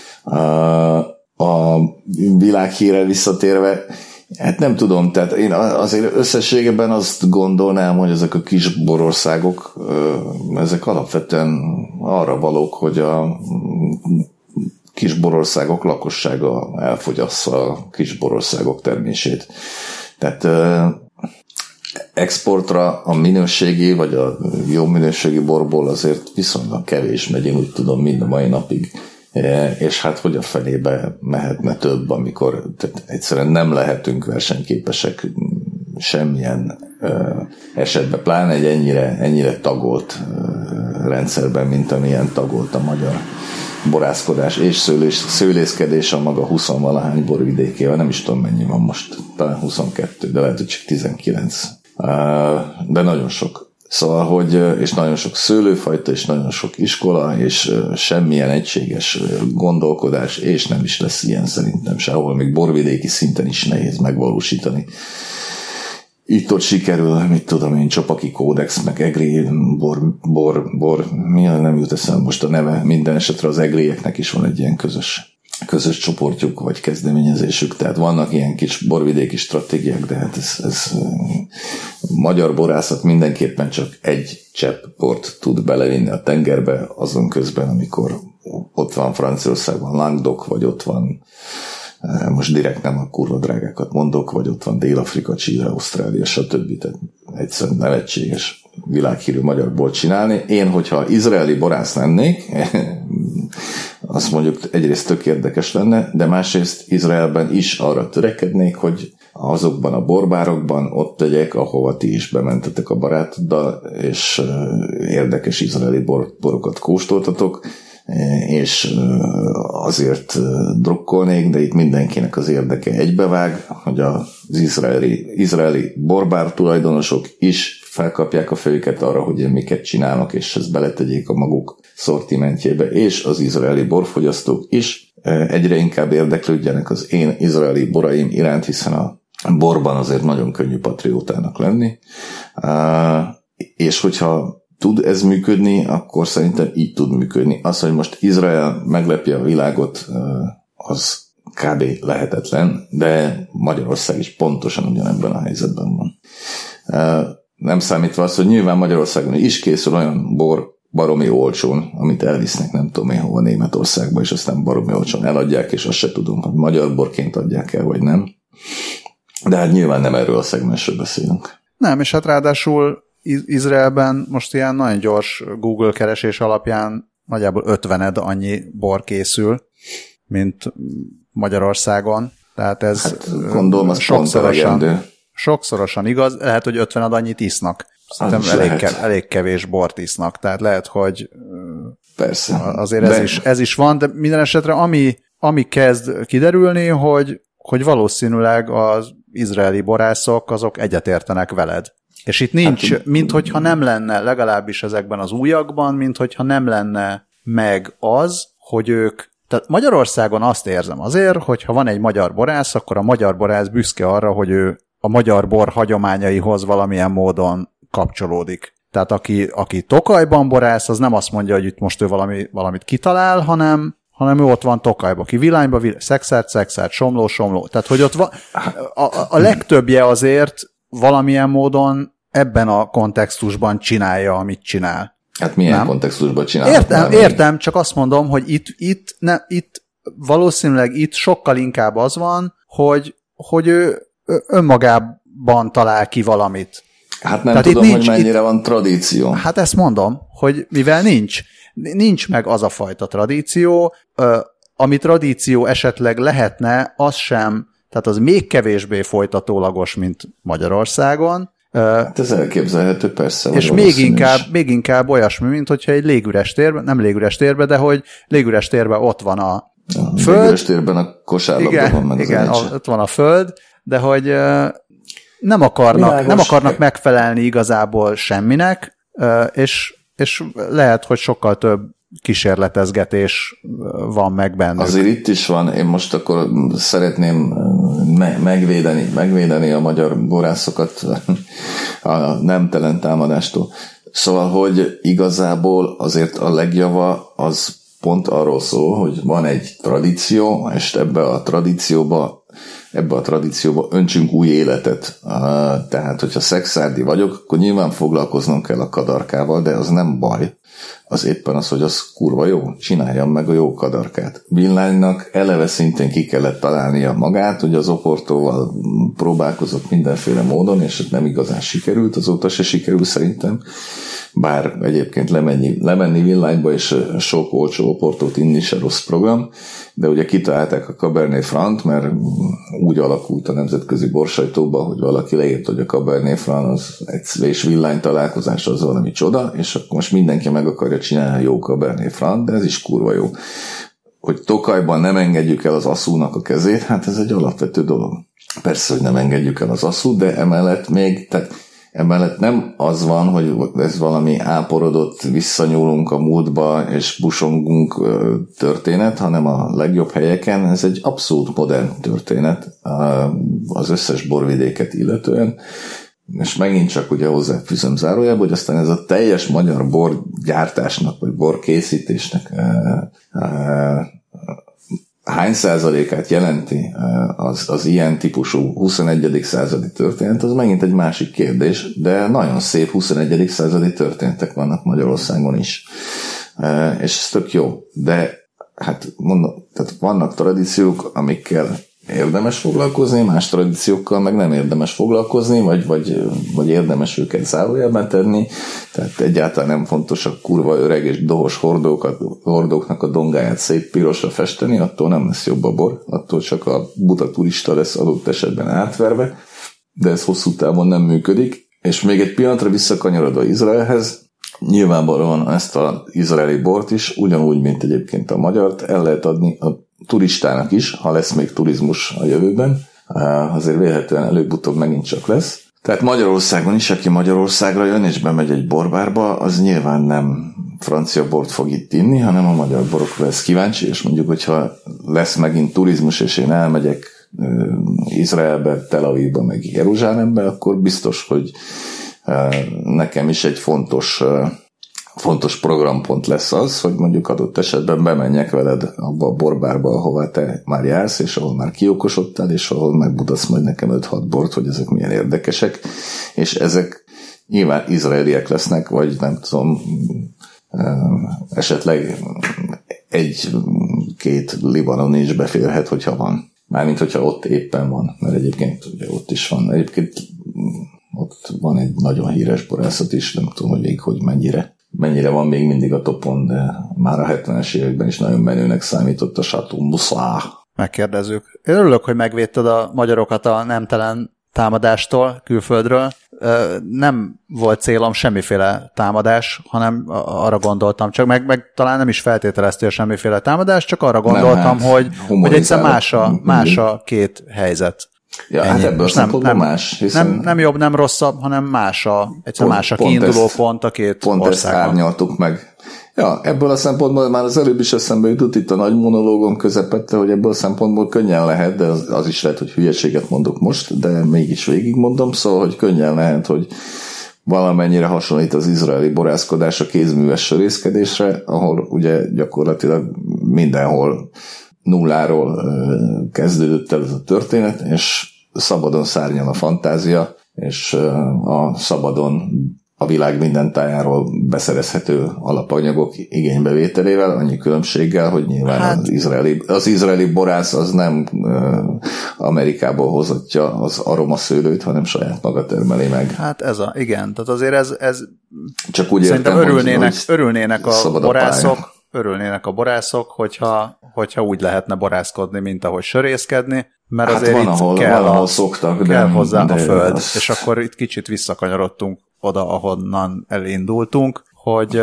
A világhírre visszatérve, hát nem tudom, tehát én azért összességében azt gondolnám, hogy ezek a kis borországok, ezek alapvetően arra valók, hogy a kis borországok lakossága elfogyassza a kis borországok termését. Tehát exportra a minőségi, vagy a jó minőségi borból azért viszonylag kevés megy, én úgy tudom, mind a mai napig. És hát hogy a felébe mehetne több, amikor egyszerűen nem lehetünk versenyképesek semmilyen esetben, pláne egy ennyire tagolt rendszerben, mint amilyen tagolt a magyar borászkodás és szőlészkedés a maga 20-valahány borvidékével, nem is tudom mennyi van most, talán 22, de lehet, hogy csak 19. De nagyon sok. Szóval, hogy, és nagyon sok szőlőfajta, és nagyon sok iskola, és semmilyen egységes gondolkodás, és nem is lesz ilyen szerintem sehol, még borvidéki szinten is nehéz megvalósítani. Itt-ott sikerül, mit tudom én, Csopaki Kódex, meg EGRI, bor, nem jut eszem most a neve, minden esetre az EGRI-eknek is van egy ilyen közös csoportjuk, vagy kezdeményezésük, tehát vannak ilyen kis borvidéki stratégiák, de hát ez magyar borászat mindenképpen csak egy csepp bort tud belevinni a tengerbe, azon közben, amikor ott van Franciaországban Languedoc, vagy ott van, most direkt nem a kurva drágákat mondok, vagy ott van Dél-Afrika, Chile, Ausztrália, stb. Tehát egyszerűen nevetséges világhírű magyar bort csinálni. Én, hogyha izraeli borász lennék, azt mondjuk egyrészt tök érdekes lenne, de másrészt Izraelben is arra törekednék, hogy azokban a borbárokban ott tegyek, ahova ti is bementetek a barátoddal, és érdekes izraeli borokat kóstoltatok, és azért drukkolnék, de itt mindenkinek az érdeke egybevág, hogy az izraeli borbár tulajdonosok is felkapják a fejüket arra, hogy én miket csinálnak, és ezt beletegyék a maguk szortimentjébe, és az izraeli borfogyasztók is egyre inkább érdeklődjenek az én izraeli boraim iránt, hiszen a borban azért nagyon könnyű patriótának lenni, és hogyha tud ez működni, akkor szerintem így tud működni. Az, hogy most Izrael meglepje a világot, az kb. Lehetetlen, de Magyarország is pontosan ugyanebben a helyzetben van. Nem számítva az, hogy nyilván Magyarországon is készül olyan bor baromi olcsón, amit elvisznek nem tudom én hova Németországba, és aztán baromi olcsón eladják, és azt se tudom, hogy magyar borként adják el, vagy nem. De hát nyilván nem erről a szegmensről beszélünk. Nem, és hát ráadásul Izraelben most ilyen nagyon gyors Google keresés alapján nagyjából 50 annyi bor készül, mint Magyarországon. Tehát ez gondolom, az sokszorosan igaz, lehet, hogy 50 annyit isznak. Szerintem elég kevés bort isznak, tehát lehet, hogy persze. Azért ez is van, de minden esetre ami kezd kiderülni, hogy valószínűleg az izraeli borászok azok egyetértenek veled. És itt nincs, minthogyha nem lenne, legalábbis ezekben az újakban, minthogyha nem lenne meg az, hogy ők, tehát Magyarországon azt érzem azért, hogyha van egy magyar borász, akkor a magyar borász büszke arra, hogy ő a magyar bor hagyományaihoz valamilyen módon kapcsolódik. Tehát aki Tokajban borász, az nem azt mondja, hogy itt most ő valamit kitalál, hanem ő ott van Tokajba, aki Villányba, Szexárd, Somló. Tehát, hogy ott van, a legtöbbje azért valamilyen módon ebben a kontextusban csinálja, amit csinál. Hát milyen kontextusban csinálja? Értem, csak azt mondom, hogy itt valószínűleg itt sokkal inkább az van, hogy ő önmagában talál ki valamit. Hát nem tehát tudom, hogy mennyire van tradíció. Hát ezt mondom, hogy mivel nincs meg az a fajta tradíció, ami tradíció esetleg lehetne, az sem, tehát az még kevésbé folytatólagos, mint Magyarországon. Hát ez elképzelhető, persze. És még inkább olyasmi, mint hogyha egy légüres térben, nem légüres térben, de hogy légüres térben ott van a föld. Légüres térben a kosárlabda van meg igen, ott van a föld, de hogy nem akarnak megfelelni igazából semminek, és lehet, hogy sokkal több kísérletezgetés van meg bennük. Azért itt is van, én most akkor szeretném megvédeni a magyar borászokat a nemtelen támadástól. Szóval, hogy igazából azért a legjava az pont arról szól, hogy van egy tradíció, és ebbe a tradícióba öntsünk új életet. Tehát, hogyha szexárdi vagyok, akkor nyilván foglalkoznom kell a kadarkával, de az nem baj. Az éppen az, hogy az kurva jó, csináljam meg a jó kadarkát. Villánynak eleve szintén ki kellett találnia magát, hogy az Oportóval próbálkozott mindenféle módon, és nem igazán sikerült, azóta se sikerül szerintem. Bár egyébként lemenni Villányba és sok olcsó Oportót inni se rossz program, de ugye kitalálták a Cabernet Franc, mert úgy alakult a nemzetközi borsajtóban, hogy valaki leírt, hogy a Cabernet Franc és Villány találkozás az valami csoda, és akkor most mindenki meg akarja csinálni a jó Cabernet Franc, de ez is kurva jó. Hogy Tokajban nem engedjük el az asszúnak a kezét, hát ez egy alapvető dolog. Persze, hogy nem engedjük el az asszút, de emellett nem az van, hogy ez valami áporodott, visszanyúlunk a múltba és busongunk történet, hanem a legjobb helyeken ez egy abszolút modern történet az összes borvidéket illetően. És megint csak ugye hozzáfűzöm zárójába, hogy aztán ez a teljes magyar borgyártásnak, vagy borkészítésnek hány százalékát jelenti az ilyen típusú 21. századi történet, az megint egy másik kérdés, de nagyon szép 21. századi történetek vannak Magyarországon is. És ez tök jó. De hát mondom, tehát vannak tradíciók, amikkel érdemes foglalkozni, más tradíciókkal meg nem érdemes foglalkozni, vagy érdemes őket zárójelben tenni, tehát egyáltalán nem fontos a kurva öreg és dohos hordóknak a dongáját szép pirosra festeni, attól nem lesz jobb a bor, attól csak a buta turista lesz adott esetben átverve, de ez hosszú távon nem működik, és még egy pillanatra visszakanyarodva Izraelhez, nyilvánvalóan ezt az izraeli bort is, ugyanúgy, mint egyébként a magyart, el lehet adni a turistának is, ha lesz még turizmus a jövőben, azért vélhetően előbb-utóbb megint csak lesz. Tehát Magyarországon is, aki Magyarországra jön és bemegy egy borbárba, az nyilván nem francia bort fog itt inni, hanem a magyar borokra lesz kíváncsi, és mondjuk, hogyha lesz megint turizmus, és én elmegyek Izraelbe, Tel Avivba, meg Jeruzsálembe, akkor biztos, hogy nekem is egy fontos programpont lesz az, hogy mondjuk adott esetben bemenjek veled abba a borbárba, ahová te már jársz, és ahol már kiokosodtál, és ahol megmutasz majd nekem 5-6 bort, hogy ezek milyen érdekesek, és ezek nyilván izraeliek lesznek, vagy nem tudom, esetleg 1-2 libanoni is beférhet, hogyha van. Mármint, hogyha ott éppen van, mert egyébként ugye ott is van. Egyébként ott van egy nagyon híres borászat is, nem tudom, hogy mennyire van még mindig a topon, de már a 70-es években is nagyon menőnek számított a Chateau Moussa megkérdezzük. Én örülök, hogy megvédted a magyarokat a nemtelen támadástól külföldről. Nem volt célom semmiféle támadás, hanem arra gondoltam, csak meg talán nem is feltételeztél semmiféle támadás, csak arra gondoltam, hogy egyszer más a két helyzet. Ja, hát ebből szempontból más. Hiszen nem jobb, nem rosszabb, hanem más a kiinduló pont a két országban. Pont ezt árnyaltuk meg. Ja, ebből a szempontból már az előbb is eszembe jutott itt a nagy monológom közepette, hogy ebből a szempontból könnyen lehet, de az is lehet, hogy hülyeséget mondok most, de mégis végigmondom, szóval, hogy könnyen lehet, hogy valamennyire hasonlít az izraeli borászkodás a kézműves sörészkedésre, ahol ugye gyakorlatilag mindenhol nulláról kezdődött el ez a történet, és szabadon szárnyal a fantázia, és a szabadon a világ minden tájáról beszerezhető alapanyagok igénybevételével, annyi különbséggel, hogy nyilván az izraeli borász az nem Amerikából hozatja az aromaszőlőt, hanem saját maga termeli meg. Hát igen, tehát azért ez csak úgy szerintem értem, örülnének a borászok, hogyha úgy lehetne borászkodni, mint ahogy sörészkedni, mert hát azért van, ahol szoktak, kell hozzá a föld, és akkor itt kicsit visszakanyarodtunk oda, ahonnan elindultunk, hogy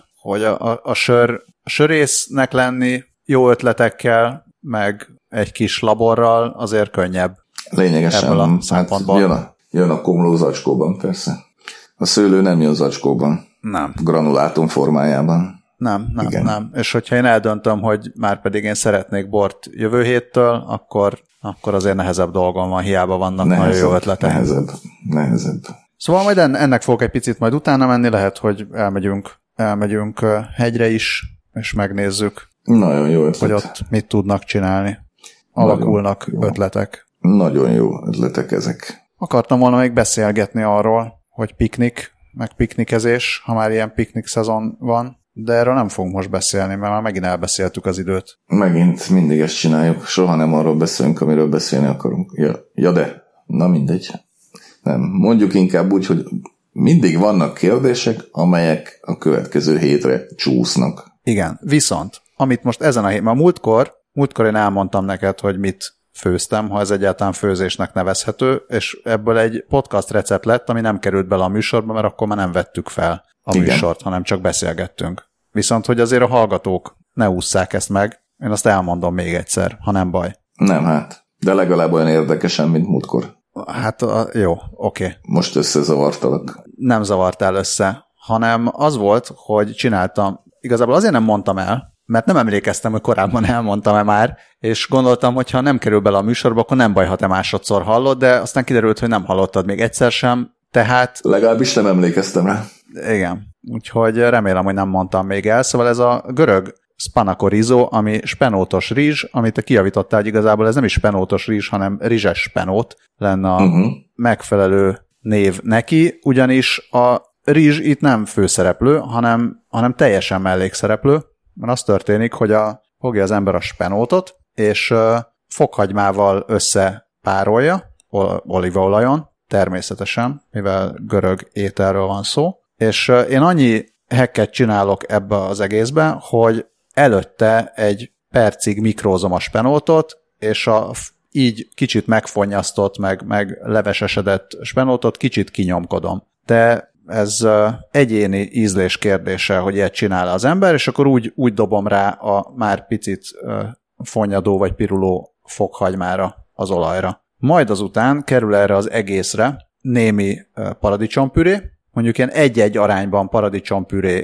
a sörésznek lenni jó ötletekkel, meg egy kis laborral azért könnyebb. Lényegesen. Ebből a szempontból. Hát jön a komló zacskóban, persze. A szőlő nem jön zacskóban. Nem. Granulátum formájában. Nem. És hogyha én eldöntöm, hogy már pedig én szeretnék bort jövő héttől, akkor azért nehezebb dolgom van, hiába vannak nagyon jó ötletek. Nehezebb. Szóval majd ennek fogok egy picit majd utána menni, lehet, hogy elmegyünk hegyre is, és megnézzük, nagyon jó ötlet, hogy ott mit tudnak csinálni. Alakulnak ötletek. Nagyon jó ötletek ezek. Akartam volna még beszélgetni arról, hogy piknik, meg piknikezés, ha már ilyen piknik szezon van, de erről nem fogunk most beszélni, mert már megint elbeszéltük az időt. Megint mindig ezt csináljuk, soha nem arról beszélünk, amiről beszélni akarunk. Ja de, na mindegy. Nem, mondjuk inkább úgy, hogy mindig vannak kérdések, amelyek a következő hétre csúsznak. Igen, viszont, amit most ezen a héten, mert múltkor én elmondtam neked, hogy mit főztem, ha ez egyáltalán főzésnek nevezhető, és ebből egy podcast recept lett, ami nem került bele a műsorba, mert akkor már nem vettük fel a műsort, hanem csak beszélgettünk. Viszont, hogy azért a hallgatók ne ússzák ezt meg, én azt elmondom még egyszer, ha nem baj. Nem, hát, de legalább olyan érdekesen, mint múltkor. Hát jó, oké. Most összezavartalak. Nem zavartál össze, hanem az volt, hogy csináltam, igazából azért nem mondtam el, mert nem emlékeztem, hogy korábban elmondtam-e már, és gondoltam, hogy ha nem kerül bele a műsorba, akkor nem baj, ha te másodszor hallod, de aztán kiderült, hogy nem hallottad még egyszer sem, tehát... Legalábbis nem emlékeztem rá. Igen, úgyhogy remélem, hogy nem mondtam még el. Szóval ez a görög spanakorizo, ami spenótos rizs, amit te kijavítottál, hogy igazából ez nem is spenótos rizs, hanem rizses spenót lenne a megfelelő név neki, ugyanis a rizs itt nem főszereplő, hanem teljesen mellékszereplő, mert az történik, hogy fogja az ember a spenótot, és fokhagymával összepárolja, olívaolajon, természetesen, mivel görög ételről van szó, és én annyi hacket csinálok ebbe az egészbe, hogy előtte egy percig mikrózom a spenótot, és így kicsit megfonnyasztott, meg levesesedett spenótot kicsit kinyomkodom. De ez egyéni ízlés kérdése, hogy ilyet csinál az ember, és akkor úgy dobom rá a már picit fonnyadó vagy piruló fokhagymára, az olajra. Majd azután kerül erre az egészre némi paradicsompüré, mondjuk ilyen 1-1 arányban paradicsompüré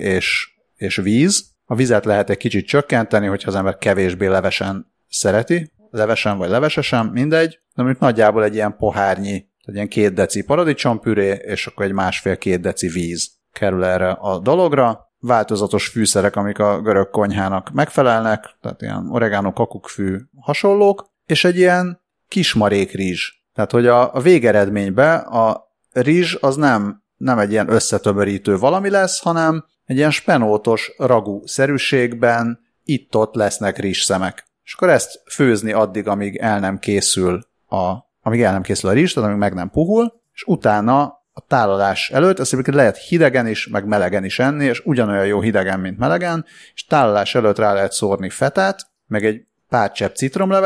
és víz. A vizet lehet egy kicsit csökkenteni, hogyha az ember kevésbé levesen szereti, levesen vagy levesesen, mindegy, de mondjuk nagyjából egy ilyen pohárnyi, egy ilyen 2 deci paradicsompüré, és akkor egy 1,5-2 deci víz kerül erre a dologra. Változatos fűszerek, amik a görög konyhának megfelelnek, tehát ilyen oregano, kakukkfű hasonlók, és egy ilyen kismarék rizs. Tehát, hogy a végeredményben a rizs az nem egy ilyen összetömörítő valami lesz, hanem egy ilyen spenótos ragú-szerűségben itt-ott lesznek rizsszemek. És akkor ezt főzni addig, amíg el nem készül a rizs, tehát amíg meg nem puhul, és utána a tálalás előtt, ezt egyébként lehet hidegen is, meg melegen is enni, és ugyanolyan jó hidegen, mint melegen, és tálalás előtt rá lehet szórni fetát, meg egy pár csepp citromlevet,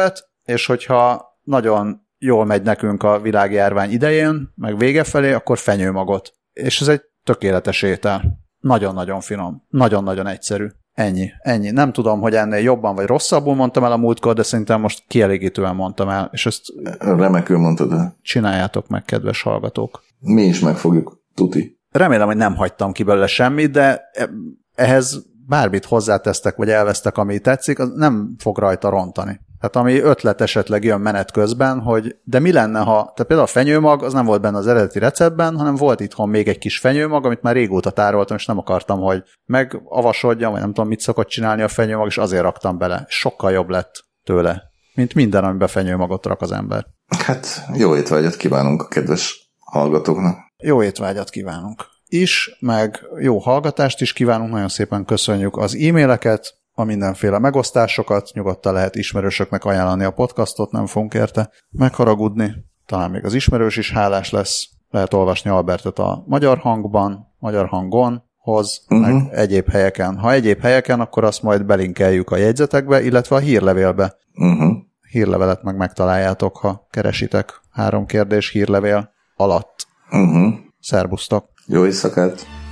és hogyha nagyon jól megy nekünk a világjárvány idején, meg vége felé, akkor fenyőmagot. És ez egy tökéletes étel. Nagyon-nagyon finom. Nagyon-nagyon egyszerű. Ennyi. Nem tudom, hogy ennél jobban vagy rosszabbul mondtam el a múltkor, de szerintem most kielégítően mondtam el, és ezt remekül mondtad el. Csináljátok meg, kedves hallgatók. Mi is meg fogjuk, tuti. Remélem, hogy nem hagytam ki belőle semmit, de ehhez bármit hozzátesztek, vagy elvesztek, ami tetszik, az nem fog rajta rontani. Tehát ami ötlet esetleg jön menet közben, hogy de mi lenne, ha, tehát például a fenyőmag, az nem volt benne az eredeti receptben, hanem volt itthon még egy kis fenyőmag, amit már régóta tároltam, és nem akartam, hogy megavasodjam, vagy nem tudom, mit szokott csinálni a fenyőmag, és azért raktam bele. Sokkal jobb lett tőle, mint minden, amiben fenyőmagot rak az ember. Hát jó étvágyat kívánunk a kedves hallgatóknak. Jó étvágyat kívánunk is, meg jó hallgatást is kívánunk, nagyon szépen köszönjük az e-maileket, a mindenféle megosztásokat, nyugodtan lehet ismerősöknek ajánlani a podcastot, nem fogunk érte megharagudni, talán még az ismerős is hálás lesz, lehet olvasni Albertet a Magyar Hangban, Magyar Hangonhoz, meg egyéb helyeken. Ha egyéb helyeken, akkor azt majd belinkeljük a jegyzetekbe, illetve a hírlevélbe. Hírlevelet meg megtaláljátok, ha keresitek 3 kérdés hírlevél alatt. Szerbusztok! Jó éjszakát!